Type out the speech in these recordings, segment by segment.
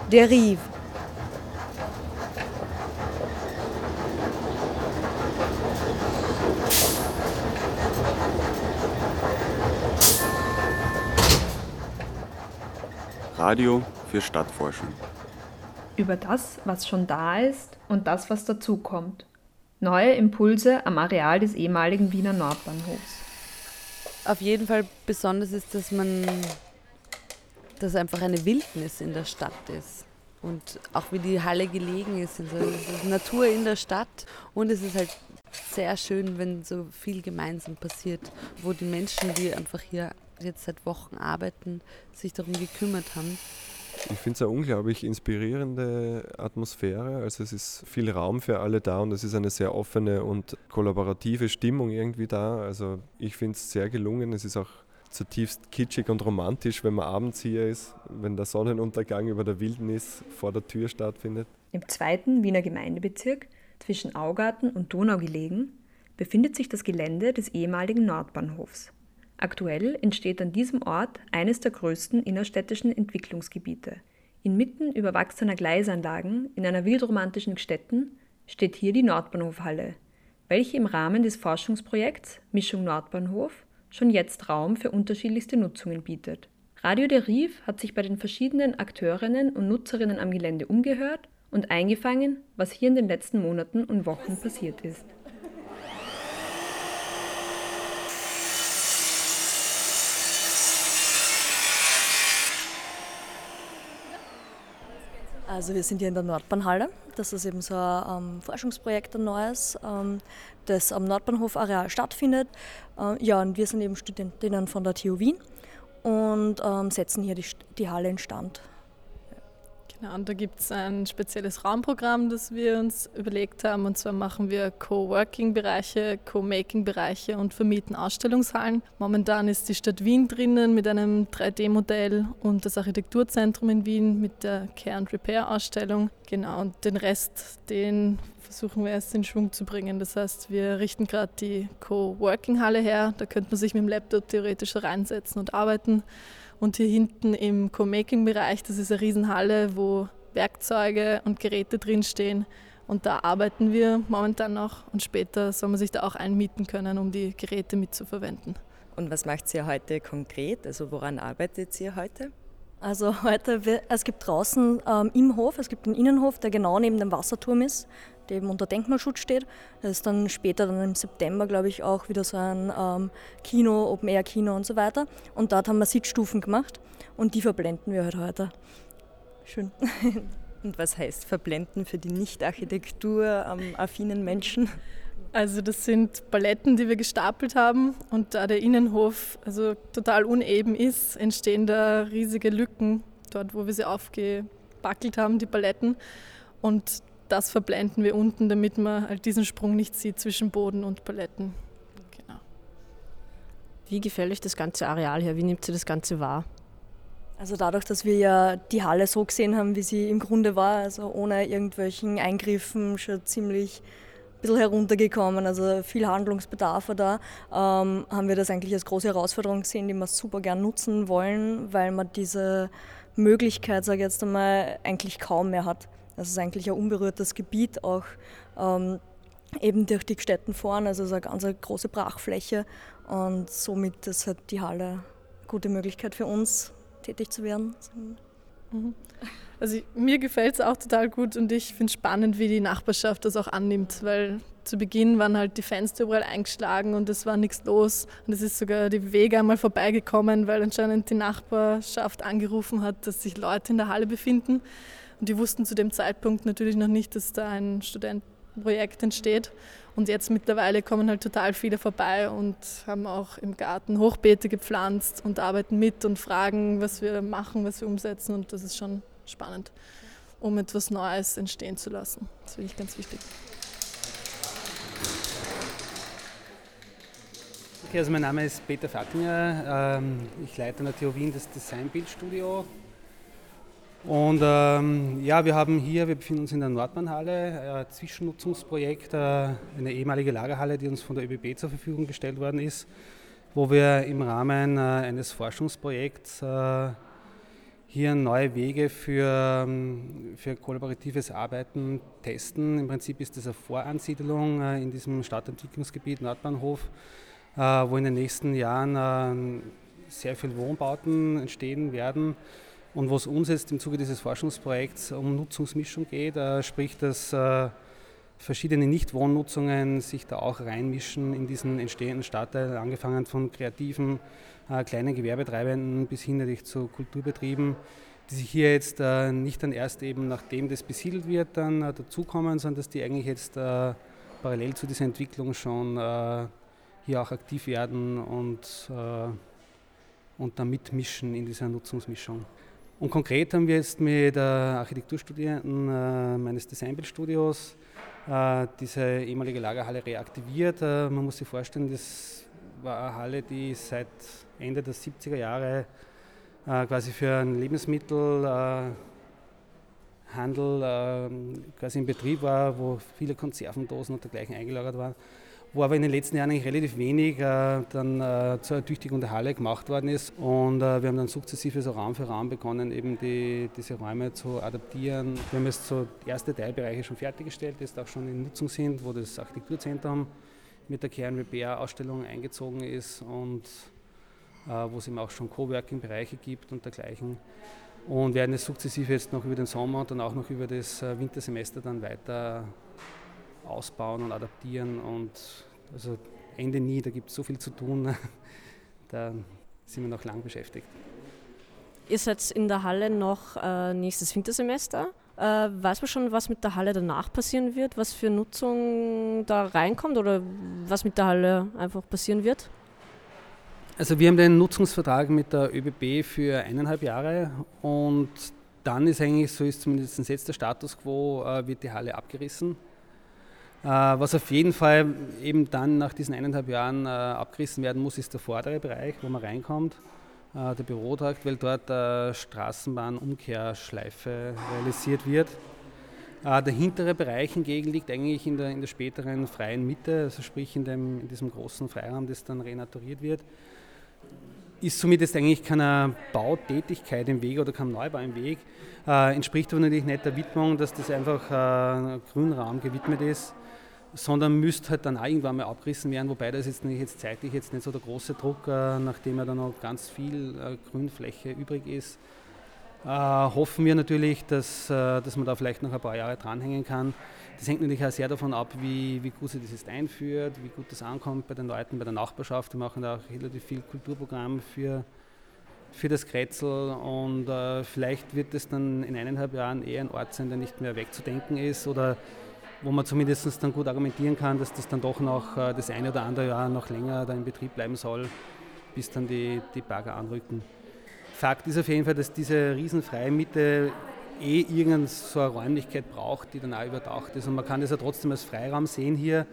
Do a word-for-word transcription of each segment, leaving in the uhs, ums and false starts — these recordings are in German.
Der Rief. Radio für Stadtforschung. Über das, was schon da ist und das, was dazukommt. Neue Impulse am Areal des ehemaligen Wiener Nordbahnhofs. Auf jeden Fall besonders ist, dass man, dass einfach eine Wildnis in der Stadt ist. Und auch wie die Halle gelegen ist. Also es ist Natur in der Stadt und es ist halt sehr schön, wenn so viel gemeinsam passiert, wo die Menschen, die einfach hier jetzt seit Wochen arbeiten, sich darum gekümmert haben. Ich finde es eine unglaublich inspirierende Atmosphäre. Also es ist viel Raum für alle da und es ist eine sehr offene und kollaborative Stimmung irgendwie da. Also ich finde es sehr gelungen. Es ist auch zutiefst kitschig und romantisch, wenn man abends hier ist, wenn der Sonnenuntergang über der Wildnis vor der Tür stattfindet. Im zweiten Wiener Gemeindebezirk, zwischen Augarten und Donau gelegen, befindet sich das Gelände des ehemaligen Nordbahnhofs. Aktuell entsteht an diesem Ort eines der größten innerstädtischen Entwicklungsgebiete. Inmitten überwachsener Gleisanlagen in einer wildromantischen Gstetten steht hier die Nordbahnhofhalle, welche im Rahmen des Forschungsprojekts Mischung Nordbahnhof schon jetzt Raum für unterschiedlichste Nutzungen bietet. Radio Der Rief hat sich bei den verschiedenen Akteurinnen und Nutzerinnen am Gelände umgehört und eingefangen, was hier in den letzten Monaten und Wochen passiert ist. Also wir sind hier in der Nordbahnhalle. Das ist eben so ein ähm, Forschungsprojekt, ein neues, ähm, das am Nordbahnhof-Areal stattfindet. Äh, ja, und wir sind eben Studentinnen von der T U Wien und ähm, setzen hier die, die Halle instand. Genau, und da gibt es ein spezielles Raumprogramm, das wir uns überlegt haben. Und zwar machen wir Coworking-Bereiche, Co-Making-Bereiche und vermieten Ausstellungshallen. Momentan ist die Stadt Wien drinnen mit einem drei D Modell und das Architekturzentrum in Wien mit der Care and Repair-Ausstellung. Genau, und den Rest, den versuchen wir erst in Schwung zu bringen. Das heißt, wir richten gerade die Coworking-Halle her. Da könnte man sich mit dem Laptop theoretisch reinsetzen und arbeiten. Und hier hinten im Co-Making-Bereich, das ist eine Riesenhalle, wo Werkzeuge und Geräte drinstehen. Und da arbeiten wir momentan noch und später soll man sich da auch einmieten können, um die Geräte mitzuverwenden. Und was macht ihr heute konkret? Also woran arbeitet ihr heute? Also heute, es gibt draußen ähm, im Hof, es gibt einen Innenhof, der genau neben dem Wasserturm ist, der eben unter Denkmalschutz steht. Das ist dann später, dann im September, glaube ich, auch wieder so ein ähm, Kino, Open-Air-Kino und so weiter. Und dort haben wir Sitzstufen gemacht und die verblenden wir halt heute. Schön. Und was heißt verblenden für die nicht-Architektur-affinen Menschen? Also das sind Paletten, die wir gestapelt haben und da der Innenhof also total uneben ist, entstehen da riesige Lücken, dort wo wir sie aufgebackelt haben, die Paletten. Und das verblenden wir unten, damit man halt diesen Sprung nicht sieht zwischen Boden und Paletten. Genau. Wie gefällt euch das ganze Areal hier? Wie nimmt ihr das Ganze wahr? Also dadurch, dass wir ja die Halle so gesehen haben, wie sie im Grunde war, also ohne irgendwelchen Eingriffen, schon ziemlich ein bisschen heruntergekommen, also viel Handlungsbedarf war da, ähm, haben wir das eigentlich als große Herausforderung gesehen, die wir super gern nutzen wollen, weil man diese Möglichkeit, sage ich jetzt einmal, eigentlich kaum mehr hat. Das ist eigentlich ein unberührtes Gebiet, auch ähm, eben durch die Gstetten vorne, also es ist eine ganz große Brachfläche und somit ist halt die Halle eine gute Möglichkeit für uns, tätig zu werden. Mhm. Also mir gefällt es auch total gut und ich finde es spannend, wie die Nachbarschaft das auch annimmt, weil zu Beginn waren halt die Fenster überall eingeschlagen und es war nichts los und es ist sogar die Wege einmal vorbeigekommen, weil anscheinend die Nachbarschaft angerufen hat, dass sich Leute in der Halle befinden und die wussten zu dem Zeitpunkt natürlich noch nicht, dass da ein Studentenprojekt entsteht und jetzt mittlerweile kommen halt total viele vorbei und haben auch im Garten Hochbeete gepflanzt und arbeiten mit und fragen, was wir machen, was wir umsetzen und das ist schon spannend, um etwas Neues entstehen zu lassen. Das finde ich ganz wichtig. Okay, also mein Name ist Peter Fattinger. Ich leite an der T U Wien das Designbildstudio. Und ähm, ja, wir haben hier, wir befinden uns in der Nordbahnhalle, ein Zwischennutzungsprojekt, eine ehemalige Lagerhalle, die uns von der ÖBB zur Verfügung gestellt worden ist, wo wir im Rahmen eines Forschungsprojekts hier neue Wege für, für kollaboratives Arbeiten testen. Im Prinzip ist das eine Voransiedelung in diesem Stadtentwicklungsgebiet Nordbahnhof, wo in den nächsten Jahren sehr viele Wohnbauten entstehen werden und wo es uns jetzt im Zuge dieses Forschungsprojekts um Nutzungsmischung geht, sprich, dass verschiedene Nichtwohnnutzungen sich da auch reinmischen in diesen entstehenden Stadtteil, angefangen von kreativen, äh, kleinen Gewerbetreibenden bis hin natürlich zu Kulturbetrieben, die sich hier jetzt äh, nicht dann erst eben, nachdem das besiedelt wird, dann äh, dazukommen, sondern dass die eigentlich jetzt äh, parallel zu dieser Entwicklung schon äh, hier auch aktiv werden und, äh, und da mitmischen in dieser Nutzungsmischung. Und konkret haben wir jetzt mit äh, Architekturstudierenden äh, meines Designbildstudios äh, diese ehemalige Lagerhalle reaktiviert. Äh, man muss sich vorstellen, das war eine Halle, die seit Ende der siebziger Jahre äh, quasi für einen Lebensmittelhandel äh, äh, quasi in Betrieb war, wo viele Konservendosen und dergleichen eingelagert waren, wo aber in den letzten Jahren eigentlich relativ wenig äh, dann äh, zur Ertüchtigung der Halle gemacht worden ist. Und äh, wir haben dann sukzessive so Raum für Raum begonnen, eben die, diese Räume zu adaptieren. Wir haben jetzt so erste Teilbereiche schon fertiggestellt, die jetzt auch schon in Nutzung sind, wo das Architekturzentrum mit der Care and Repair Ausstellung eingezogen ist und äh, wo es eben auch schon Coworking-Bereiche gibt und dergleichen. Und werden es sukzessive jetzt noch über den Sommer und dann auch noch über das äh, Wintersemester dann weiter ausbauen und adaptieren und also Ende nie, da gibt es so viel zu tun, da sind wir noch lang beschäftigt. Ihr seid in der Halle noch äh, nächstes Wintersemester. Äh, weiß man schon, was mit der Halle danach passieren wird, was für Nutzung da reinkommt oder was mit der Halle einfach passieren wird? Also wir haben den Nutzungsvertrag mit der ÖBB für eineinhalb Jahre und dann ist eigentlich, so ist zumindest jetzt der Status quo, äh, wird die Halle abgerissen. Was auf jeden Fall eben dann nach diesen eineinhalb Jahren äh, abgerissen werden muss, ist der vordere Bereich, wo man reinkommt, äh, der Bürotrakt, weil dort äh, Straßenbahnumkehrschleife realisiert wird. Äh, der hintere Bereich hingegen liegt eigentlich in der, in der späteren freien Mitte, also sprich in, dem, in diesem großen Freiraum, das dann renaturiert wird. Ist somit jetzt eigentlich keiner Bautätigkeit im Weg oder keinem Neubau im Weg. Äh, entspricht aber natürlich nicht der Widmung, dass das einfach äh, Grünraum gewidmet ist, sondern müsste halt dann auch irgendwann mal abgerissen werden, wobei das jetzt, nicht, jetzt zeitlich jetzt nicht so der große Druck, äh, nachdem ja dann noch ganz viel äh, Grünfläche übrig ist. Äh, hoffen wir natürlich, dass, äh, dass man da vielleicht noch ein paar Jahre dranhängen kann. Das hängt natürlich auch sehr davon ab, wie, wie gut sich das jetzt einführt, wie gut das ankommt bei den Leuten, bei der Nachbarschaft. Wir machen da auch relativ viel Kulturprogramm für, für das Kretzel und äh, vielleicht wird es dann in eineinhalb Jahren eher ein Ort sein, der nicht mehr wegzudenken ist oder wo man zumindest dann gut argumentieren kann, dass das dann doch noch äh, das eine oder andere Jahr noch länger da in Betrieb bleiben soll, bis dann die, die Bagger anrücken. Fakt ist auf jeden Fall, dass diese riesenfreie Mitte eh irgendeine so eine Räumlichkeit braucht, die dann auch überdacht ist. Und man kann das ja trotzdem als Freiraum sehen hier,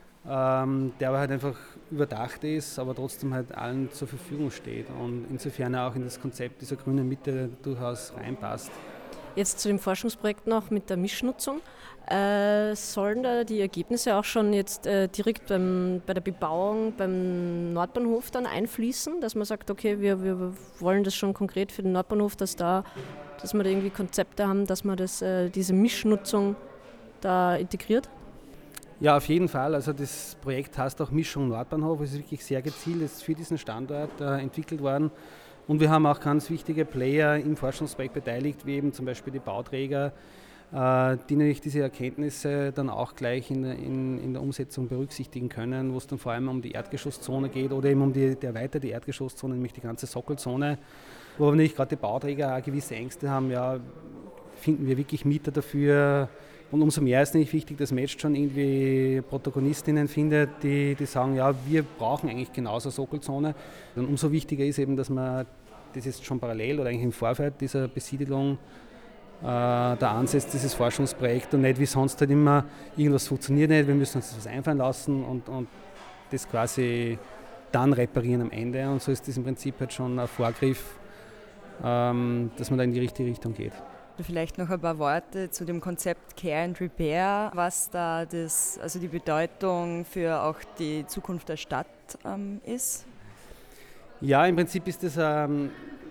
ähm, der aber halt einfach überdacht ist, aber trotzdem halt allen zur Verfügung steht und insofern auch in das Konzept dieser grünen Mitte durchaus reinpasst. Jetzt zu dem Forschungsprojekt noch mit der Mischnutzung. Äh, sollen da die Ergebnisse auch schon jetzt äh, direkt beim, bei der Bebauung beim Nordbahnhof dann einfließen, dass man sagt, okay, wir, wir wollen das schon konkret für den Nordbahnhof, dass, da, dass wir da irgendwie Konzepte haben, dass man das, äh, diese Mischnutzung da integriert? Ja, auf jeden Fall. Also das Projekt heißt auch Mischung Nordbahnhof. Es ist wirklich sehr gezielt ist für diesen Standort äh, entwickelt worden. Und wir haben auch ganz wichtige Player im Forschungsprojekt beteiligt, wie eben zum Beispiel die Bauträger, äh, die natürlich diese Erkenntnisse dann auch gleich in, in, in der Umsetzung berücksichtigen können, wo es dann vor allem um die Erdgeschosszone geht oder eben um die, die erweiterte Erdgeschosszone, nämlich die ganze Sockelzone, wo natürlich gerade die Bauträger auch gewisse Ängste haben, ja, finden wir wirklich Mieter dafür? Und umso mehr ist natürlich wichtig, dass man jetzt schon irgendwie Protagonistinnen findet, die, die sagen, ja, wir brauchen eigentlich genauso eine Sockelzone. Und umso wichtiger ist eben, dass man das jetzt schon parallel oder eigentlich im Vorfeld dieser Besiedelung äh, da ansetzt, dieses Forschungsprojekt und nicht wie sonst halt immer, irgendwas funktioniert nicht, wir müssen uns das was einfallen lassen und, und das quasi dann reparieren am Ende. Und so ist das im Prinzip halt schon ein Vorgriff, ähm, dass man da in die richtige Richtung geht. Vielleicht noch ein paar Worte zu dem Konzept Care and Repair, was da das, also die Bedeutung für auch die Zukunft der Stadt ähm, ist. Ja, im Prinzip ist das ähm,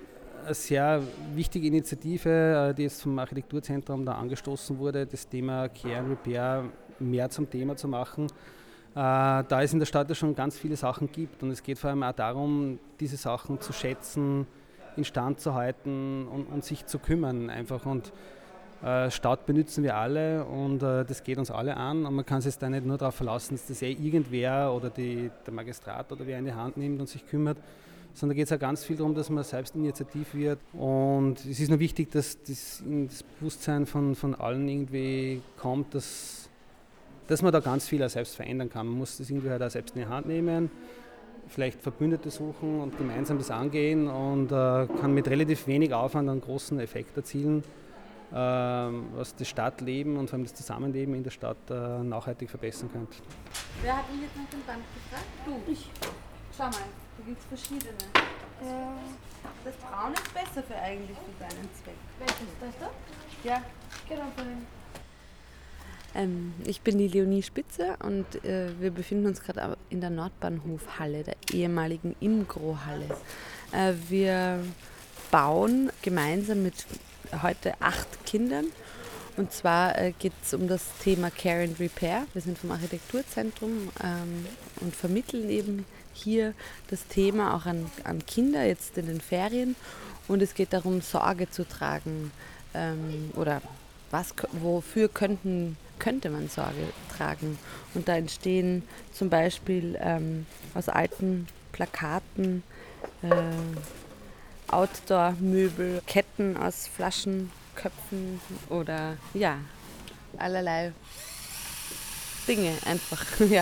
eine sehr wichtige Initiative, die jetzt vom Architekturzentrum da angestoßen wurde, das Thema Care and Repair mehr zum Thema zu machen. Da es in der Stadt ja schon ganz viele Sachen gibt und es geht vor allem auch darum, diese Sachen zu schätzen, instand zu halten und, und sich zu kümmern einfach. Und äh, Stadt benutzen wir alle und äh, das geht uns alle an und man kann sich da nicht nur darauf verlassen, dass das eh irgendwer oder die, der Magistrat oder wer in die Hand nimmt und sich kümmert, sondern da geht es auch ganz viel darum, dass man selbst initiativ wird und es ist nur wichtig, dass das in das Bewusstsein von, von allen irgendwie kommt, dass, dass man da ganz viel auch selbst verändern kann. Man muss das irgendwie halt auch selbst in die Hand nehmen, vielleicht Verbündete suchen und gemeinsam das angehen und äh, kann mit relativ wenig Aufwand einen großen Effekt erzielen, äh, was das Stadtleben und vor allem das Zusammenleben in der Stadt äh, nachhaltig verbessern könnte. Wer hat mich jetzt nach dem Band gefragt? Du. Ich. Schau mal, da gibt es verschiedene. Ja. Das Braun ist besser für eigentlich für deinen Zweck. Welches? Das da? Ja, genau vorhin. Ähm, ich bin die Leonie Spitze und äh, wir befinden uns gerade in der Nordbahnhofhalle, der ehemaligen Imgro-Halle. Äh, wir bauen gemeinsam mit heute acht Kindern und zwar äh, geht es um das Thema Care and Repair. Wir sind vom Architekturzentrum ähm, und vermitteln eben hier das Thema auch an, an Kinder jetzt in den Ferien und es geht darum, Sorge zu tragen ähm, oder was, wofür könnten könnte man Sorge tragen. Und da entstehen zum Beispiel ähm, aus alten Plakaten äh, Outdoor-Möbel, Ketten aus Flaschenköpfen oder ja, allerlei Dinge einfach. Ja.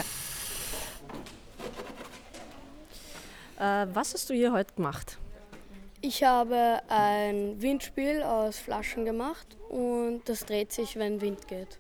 Äh, was hast du hier heute gemacht? Ich habe ein Windspiel aus Flaschen gemacht und das dreht sich, wenn Wind geht.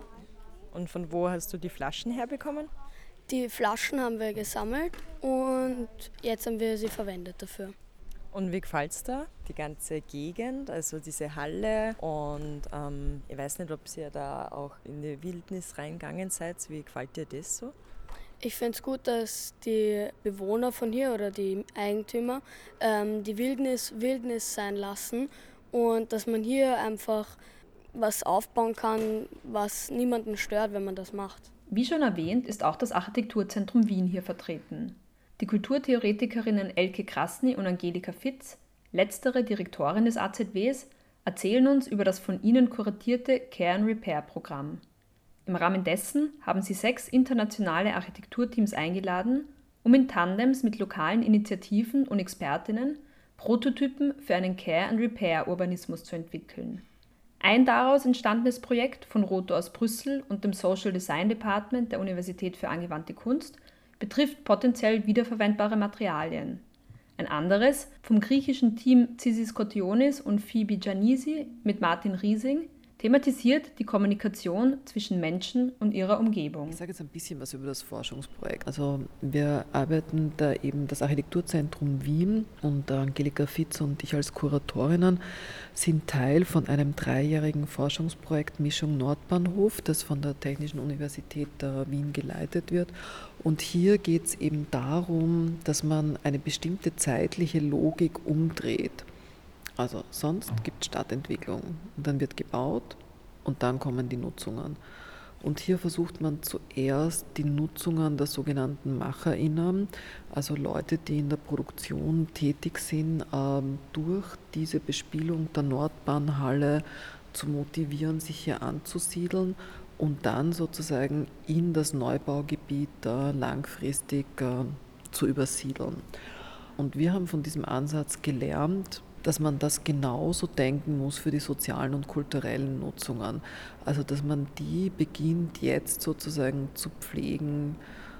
Und von wo hast du die Flaschen herbekommen? Die Flaschen haben wir gesammelt und jetzt haben wir sie verwendet dafür. Und wie gefällt es da, die ganze Gegend, also diese Halle? Und ähm, ich weiß nicht, ob ihr da auch in die Wildnis reingegangen seid. Wie gefällt dir das so? Ich finde es gut, dass die Bewohner von hier oder die Eigentümer ähm, die Wildnis Wildnis sein lassen und dass man hier einfach was aufbauen kann, was niemanden stört, wenn man das macht. Wie schon erwähnt, ist auch das Architekturzentrum Wien hier vertreten. Die Kulturtheoretikerinnen Elke Krasny und Angelika Fitz, letztere Direktorin des A Z Ws, erzählen uns über das von ihnen kuratierte Care and Repair Programm. Im Rahmen dessen haben sie sechs internationale Architekturteams eingeladen, um in Tandems mit lokalen Initiativen und Expertinnen Prototypen für einen Care and Repair Urbanismus zu entwickeln. Ein daraus entstandenes Projekt von Roto aus Brüssel und dem Social Design Department der Universität für angewandte Kunst betrifft potenziell wiederverwendbare Materialien. Ein anderes vom griechischen Team Zisis Kotionis und Phoebe Giannisi mit Martin Riesing thematisiert die Kommunikation zwischen Menschen und ihrer Umgebung. Ich sage jetzt ein bisschen was über das Forschungsprojekt. Also wir arbeiten da eben das Architekturzentrum Wien und Angelika Fitz und ich als Kuratorinnen sind Teil von einem dreijährigen Forschungsprojekt Mischung Nordbahnhof, das von der Technischen Universität Wien geleitet wird. Und hier geht es eben darum, dass man eine bestimmte zeitliche Logik umdreht. Also sonst gibt es Stadtentwicklung und dann wird gebaut und dann kommen die Nutzungen. Und hier versucht man zuerst die Nutzungen der sogenannten MacherInnen, also Leute, die in der Produktion tätig sind, ähm, durch diese Bespielung der Nordbahnhalle zu motivieren, sich hier anzusiedeln und dann sozusagen in das Neubaugebiet äh, langfristig äh, zu übersiedeln. Und wir haben von diesem Ansatz gelernt, dass man das genauso denken muss für die sozialen und kulturellen Nutzungen. Also dass man die beginnt jetzt sozusagen zu pflegen,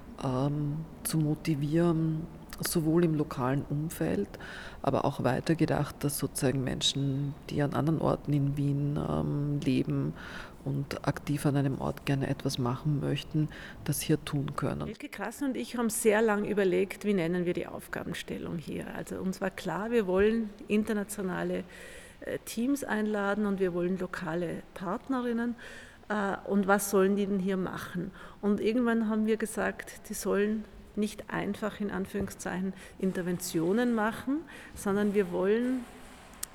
ähm, zu motivieren, sowohl im lokalen Umfeld, aber auch weitergedacht, dass sozusagen Menschen, die an anderen Orten in Wien ähm, leben und aktiv an einem Ort gerne etwas machen möchten, das hier tun können. Elke Krasny und ich haben sehr lange überlegt, wie nennen wir die Aufgabenstellung hier. Also uns war klar, wir wollen internationale äh, Teams einladen und wir wollen lokale Partnerinnen. Äh, und was sollen die denn hier machen? Und irgendwann haben wir gesagt, die sollen nicht einfach in Anführungszeichen Interventionen machen, sondern wir wollen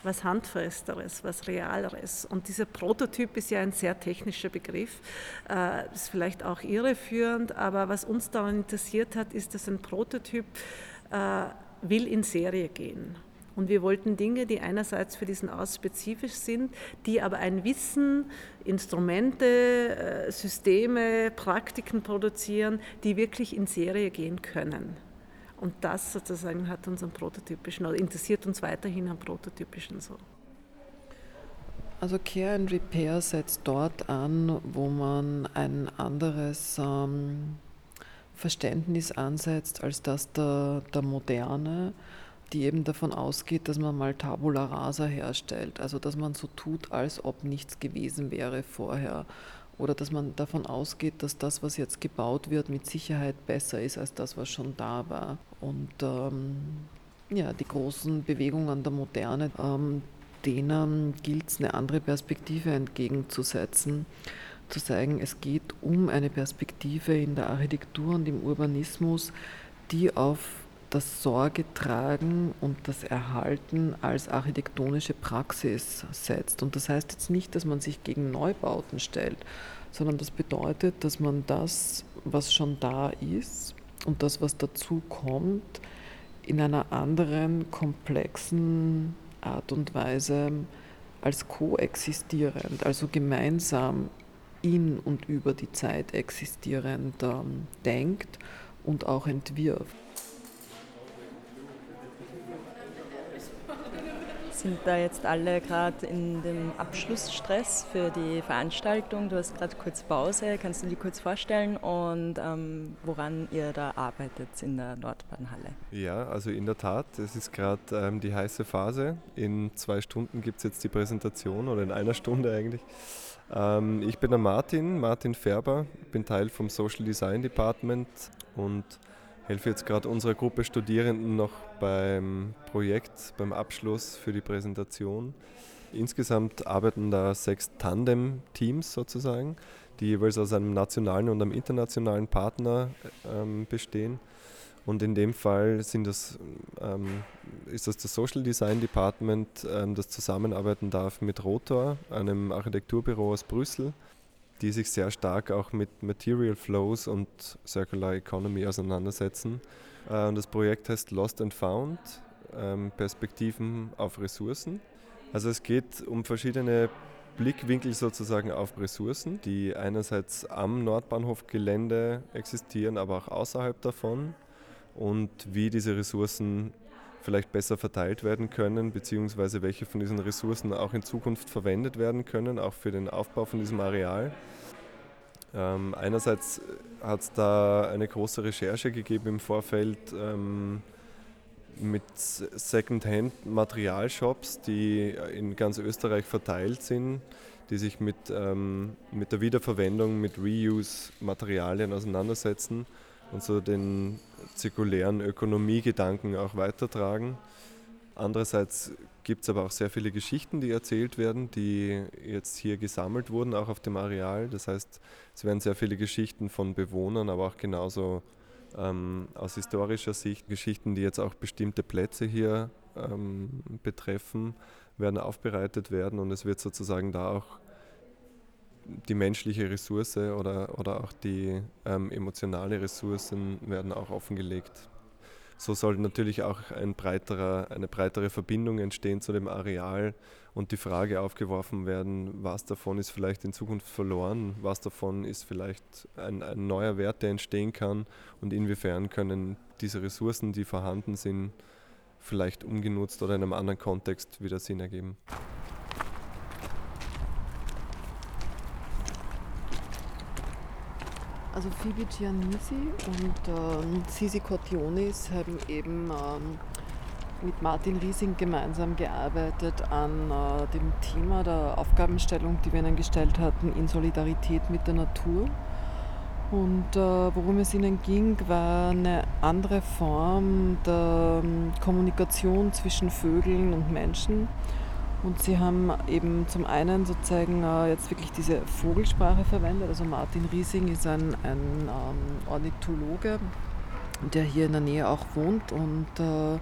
was Handfesteres, was Realeres. Und dieser Prototyp ist ja ein sehr technischer Begriff, äh, ist vielleicht auch irreführend, aber was uns daran interessiert hat, ist, dass ein Prototyp äh, will in Serie gehen. Und wir wollten Dinge, die einerseits für diesen Ort spezifisch sind, die aber ein Wissen, Instrumente, Systeme, Praktiken produzieren, die wirklich in Serie gehen können. Und das sozusagen hat uns am Prototypischen, oder interessiert uns weiterhin am Prototypischen so. Also Care and Repair setzt dort an, wo man ein anderes ähm, Verständnis ansetzt als das der, der Moderne, die eben davon ausgeht, dass man mal Tabula rasa herstellt, also dass man so tut, als ob nichts gewesen wäre vorher, oder dass man davon ausgeht, dass das, was jetzt gebaut wird, mit Sicherheit besser ist als das, was schon da war. Und ähm, ja, die großen Bewegungen der Moderne, ähm, denen gilt es, eine andere Perspektive entgegenzusetzen, zu sagen, es geht um eine Perspektive in der Architektur und im Urbanismus, die auf das Sorgetragen und das Erhalten als architektonische Praxis setzt. Und das heißt jetzt nicht, dass man sich gegen Neubauten stellt, sondern das bedeutet, dass man das, was schon da ist und das, was dazu kommt, in einer anderen, komplexen Art und Weise als koexistierend, also gemeinsam in und über die Zeit existierend ähm, denkt und auch entwirft. Sind da jetzt alle gerade in dem Abschlussstress für die Veranstaltung? Du hast gerade kurz Pause, kannst du dir kurz vorstellen und ähm, woran ihr da arbeitet in der Nordbahnhalle? Ja, also in der Tat, es ist gerade ähm, die heiße Phase. In zwei Stunden gibt es jetzt die Präsentation oder in einer Stunde eigentlich. Ähm, ich bin der Martin, Martin Färber, bin Teil vom Social Design Department und helfe jetzt gerade unserer Gruppe Studierenden noch beim Projekt, beim Abschluss für die Präsentation. Insgesamt arbeiten da sechs Tandem-Teams sozusagen, die jeweils aus einem nationalen und einem internationalen Partner ähm, bestehen. Und in dem Fall sind das, ähm, ist das das Social Design Department, ähm, das zusammenarbeiten darf mit Rotor, einem Architekturbüro aus Brüssel, die sich sehr stark auch mit Material Flows und Circular Economy auseinandersetzen. Äh, das Projekt heißt Lost and Found, ähm, Perspektiven auf Ressourcen. Also es geht um verschiedene Blickwinkel sozusagen auf Ressourcen, die einerseits am Nordbahnhofgelände existieren, aber auch außerhalb davon und wie diese Ressourcen vielleicht besser verteilt werden können, beziehungsweise welche von diesen Ressourcen auch in Zukunft verwendet werden können, auch für den Aufbau von diesem Areal. Ähm, einerseits hat es da eine große Recherche gegeben im Vorfeld ähm, mit Second-Hand-Materialshops, die in ganz Österreich verteilt sind, die sich mit, ähm, mit der Wiederverwendung, mit Reuse-Materialien auseinandersetzen und so den zirkulären Ökonomiegedanken auch weitertragen. Andererseits gibt es aber auch sehr viele Geschichten, die erzählt werden, die jetzt hier gesammelt wurden, auch auf dem Areal. Das heißt, es werden sehr viele Geschichten von Bewohnern, aber auch genauso ähm, aus historischer Sicht, Geschichten, die jetzt auch bestimmte Plätze hier ähm, betreffen, werden aufbereitet werden und es wird sozusagen da auch die menschliche Ressource oder, oder auch die ähm, emotionale Ressourcen werden auch offengelegt. So soll natürlich auch ein breiterer, eine breitere Verbindung entstehen zu dem Areal und die Frage aufgeworfen werden, was davon ist vielleicht in Zukunft verloren, was davon ist vielleicht ein, ein neuer Wert, der entstehen kann und inwiefern können diese Ressourcen, die vorhanden sind, vielleicht umgenutzt oder in einem anderen Kontext wieder Sinn ergeben. Also Phoebe Giannisi und ähm, Sisi Cortionis haben eben ähm, mit Martin Riesing gemeinsam gearbeitet an äh, dem Thema der Aufgabenstellung, die wir ihnen gestellt hatten, in Solidarität mit der Natur. Und äh, worum es ihnen ging, war eine andere Form der ähm, Kommunikation zwischen Vögeln und Menschen. Und sie haben eben zum einen sozusagen äh, jetzt wirklich diese Vogelsprache verwendet. Also Martin Riesing ist ein, ein ähm, Ornithologe, der hier in der Nähe auch wohnt und äh,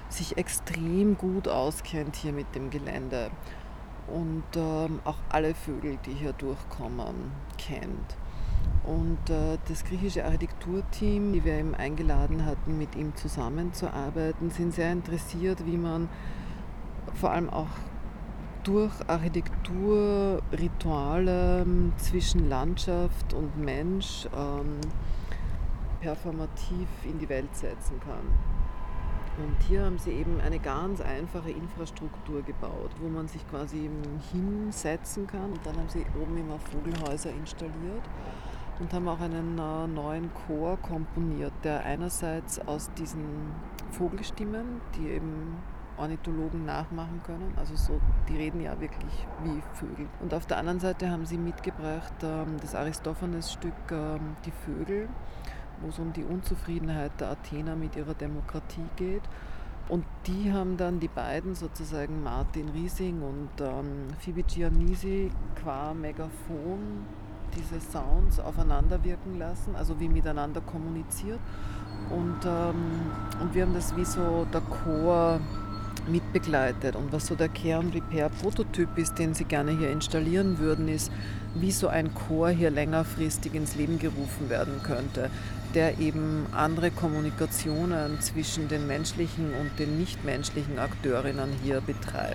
sich extrem gut auskennt hier mit dem Gelände und ähm, auch alle Vögel, die hier durchkommen, kennt. Und äh, das griechische Architekturteam, die wir eben eingeladen hatten, mit ihm zusammenzuarbeiten, sind sehr interessiert, wie man vor allem auch durch Architektur Rituale zwischen Landschaft und Mensch ähm, performativ in die Welt setzen kann. Und hier haben sie eben eine ganz einfache Infrastruktur gebaut, wo man sich quasi hinsetzen kann. Und dann haben sie oben immer Vogelhäuser installiert und haben auch einen äh, neuen Chor komponiert, der einerseits aus diesen Vogelstimmen, die eben Ornithologen nachmachen können, also so, die reden ja wirklich wie Vögel. Und auf der anderen Seite haben sie mitgebracht ähm, das Aristophanes-Stück ähm, Die Vögel, wo es um die Unzufriedenheit der Athener mit ihrer Demokratie geht. Und die haben dann die beiden sozusagen, Martin Riesing und ähm, Phoebe Giannisi, qua Megafon diese Sounds aufeinander wirken lassen, also wie miteinander kommuniziert. Und, ähm, und wir haben das wie so der Chor mitbegleitet. Und was so der Care-and-Repair-Prototyp ist, den sie gerne hier installieren würden, ist, wie so ein Chor hier längerfristig ins Leben gerufen werden könnte, der eben andere Kommunikationen zwischen den menschlichen und den nichtmenschlichen Akteurinnen hier betreibt.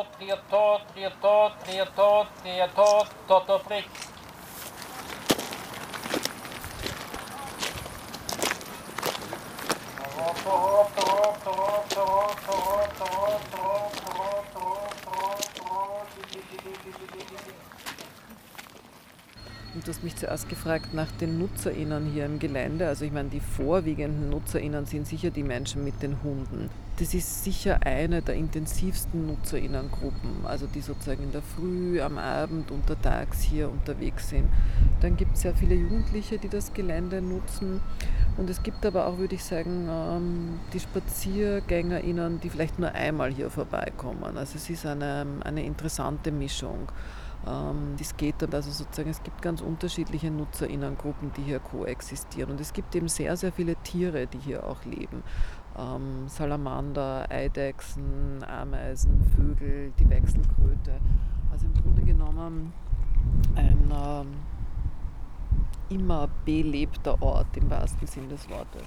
Und du hast mich zuerst gefragt nach den NutzerInnen hier im Gelände. Also ich meine, die vorwiegenden NutzerInnen sind sicher die Menschen mit den Hunden. Das ist sicher eine der intensivsten NutzerInnengruppen, also die sozusagen in der Früh, am Abend, untertags hier unterwegs sind. Dann gibt es sehr viele Jugendliche, die das Gelände nutzen. Und es gibt aber auch, würde ich sagen, die SpaziergängerInnen, die vielleicht nur einmal hier vorbeikommen. Also es ist eine, eine interessante Mischung. Das geht dann, also sozusagen, es gibt ganz unterschiedliche NutzerInnengruppen, die hier koexistieren. Und es gibt eben sehr, sehr viele Tiere, die hier auch leben. Ähm, Salamander, Eidechsen, Ameisen, Vögel, die Wechselkröte. Also im Grunde genommen ein ähm, immer belebter Ort im wahrsten Sinn des Wortes.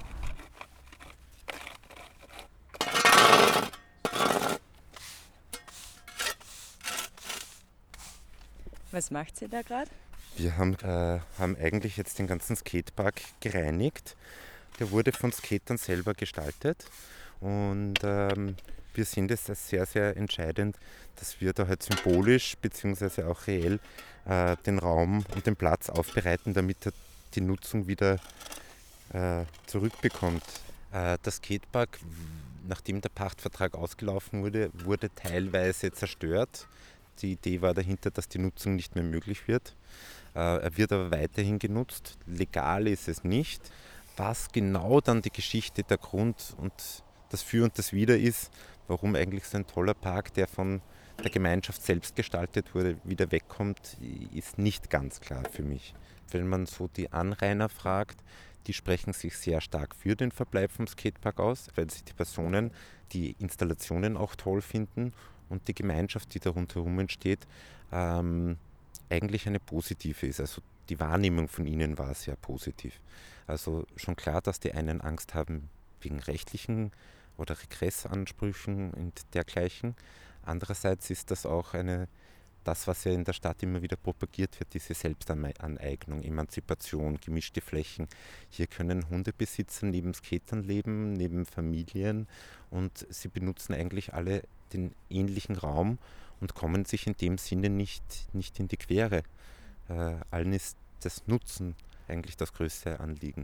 Was macht ihr da gerade? Wir haben, äh, haben eigentlich jetzt den ganzen Skatepark gereinigt. Der wurde von Skatern selber gestaltet und ähm, wir sehen das als sehr, sehr entscheidend, dass wir da halt symbolisch bzw. auch reell äh, den Raum und den Platz aufbereiten, damit er die Nutzung wieder äh, zurückbekommt. Äh, der Skatepark, nachdem der Pachtvertrag ausgelaufen wurde, wurde teilweise zerstört. Die Idee war dahinter, dass die Nutzung nicht mehr möglich wird. Äh, er wird aber weiterhin genutzt. Legal ist es nicht. Was genau dann die Geschichte, der Grund und das Für und das Wider ist, warum eigentlich so ein toller Park, der von der Gemeinschaft selbst gestaltet wurde, wieder wegkommt, ist nicht ganz klar für mich. Wenn man so die Anrainer fragt, die sprechen sich sehr stark für den Verbleib vom Skatepark aus, weil sich die Personen die Installationen auch toll finden und die Gemeinschaft, die da rundherum entsteht, ähm, eigentlich eine positive ist. Also die Wahrnehmung von ihnen war sehr positiv. Also schon klar, dass die einen Angst haben wegen rechtlichen oder Regressansprüchen und dergleichen. Andererseits ist das auch eine, das, was ja in der Stadt immer wieder propagiert wird, diese Selbstaneignung, Emanzipation, gemischte Flächen. Hier können Hundebesitzer neben Skatern leben, neben Familien und sie benutzen eigentlich alle den ähnlichen Raum und kommen sich in dem Sinne nicht, nicht in die Quere. Äh, allen ist das Nutzen eigentlich das größte Anliegen.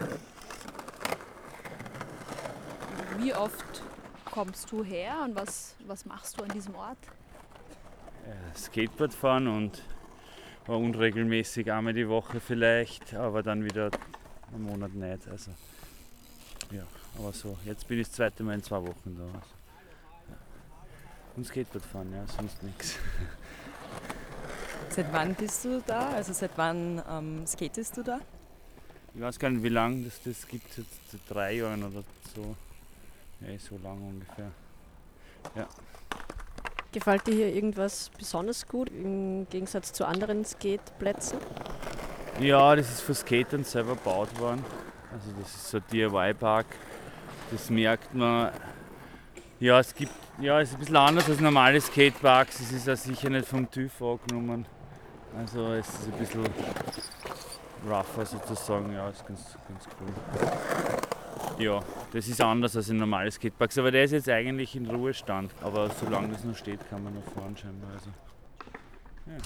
Wie oft kommst du her und was, was machst du an diesem Ort? Ja, Skateboard fahren und war unregelmäßig einmal die Woche vielleicht, aber dann wieder einen Monat nicht. Also, ja, aber so, jetzt bin ich das zweite Mal in zwei Wochen da. Also, ja. Und Skateboard fahren, ja, sonst nichts. Seit wann bist du da? Also seit wann ähm, skatest du da? Ich weiß gar nicht, wie lange das das gibt, jetzt drei Jahren oder so. Ja, so lang ungefähr. Ja. Gefällt dir hier irgendwas besonders gut im Gegensatz zu anderen Skateplätzen? Ja, das ist für Skatern selber gebaut worden. Also das ist so ein D I Y-Park. Das merkt man. Ja, es gibt, ja, es ist ein bisschen anders als normale Skateparks. Es ist auch sicher nicht vom TÜV angenommen. Also es ist ein bisschen rougher sozusagen. Ja, ist ganz, ganz cool. Ja, das ist anders als ein normales Skatepark. Aber der ist jetzt eigentlich in Ruhestand. Aber solange das noch steht, kann man noch fahren scheinbar. Also, ja.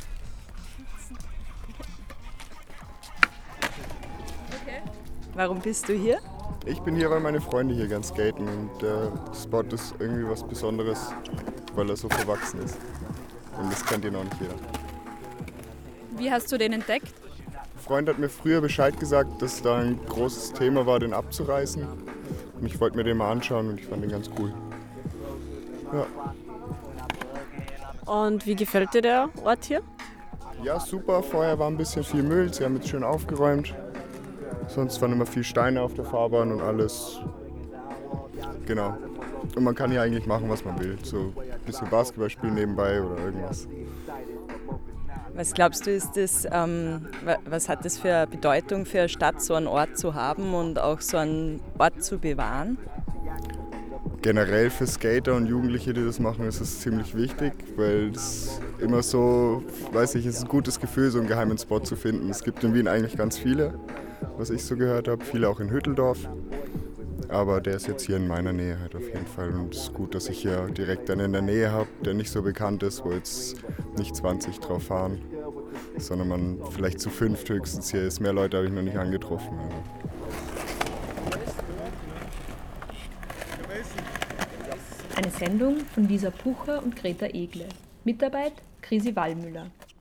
Warum bist du hier? Ich bin hier, weil meine Freunde hier ganz skaten und der Spot ist irgendwie was Besonderes, weil er so verwachsen ist. Und das kennt ihr noch nicht jeder. Wie hast du den entdeckt? Ein Freund hat mir früher Bescheid gesagt, dass da ein großes Thema war, den abzureißen. Und ich wollte mir den mal anschauen und ich fand den ganz cool. Ja. Und wie gefällt dir der Ort hier? Ja, super. Vorher war ein bisschen viel Müll. Sie haben jetzt schön aufgeräumt. Sonst waren immer viel Steine auf der Fahrbahn und alles. Genau. Und man kann hier eigentlich machen, was man will. So ein bisschen Basketball spielen nebenbei oder irgendwas. Was glaubst du, ist das, ähm, was hat das für eine Bedeutung für eine Stadt, so einen Ort zu haben und auch so einen Ort zu bewahren? Generell für Skater und Jugendliche, die das machen, ist es ziemlich wichtig, weil es immer so, weiß ich, es ist ein gutes Gefühl, so einen geheimen Spot zu finden. Es gibt in Wien eigentlich ganz viele, was ich so gehört habe, viele auch in Hütteldorf. Aber der ist jetzt hier in meiner Nähe halt auf jeden Fall und es ist gut, dass ich hier direkt einen in der Nähe habe, der nicht so bekannt ist, wo jetzt nicht zwanzig drauf fahren, sondern man vielleicht zu fünf höchstens hier ist. Mehr Leute habe ich noch nicht angetroffen. Also. Eine Sendung von Lisa Pucher und Greta Egle. Mitarbeit Krisi Wallmüller.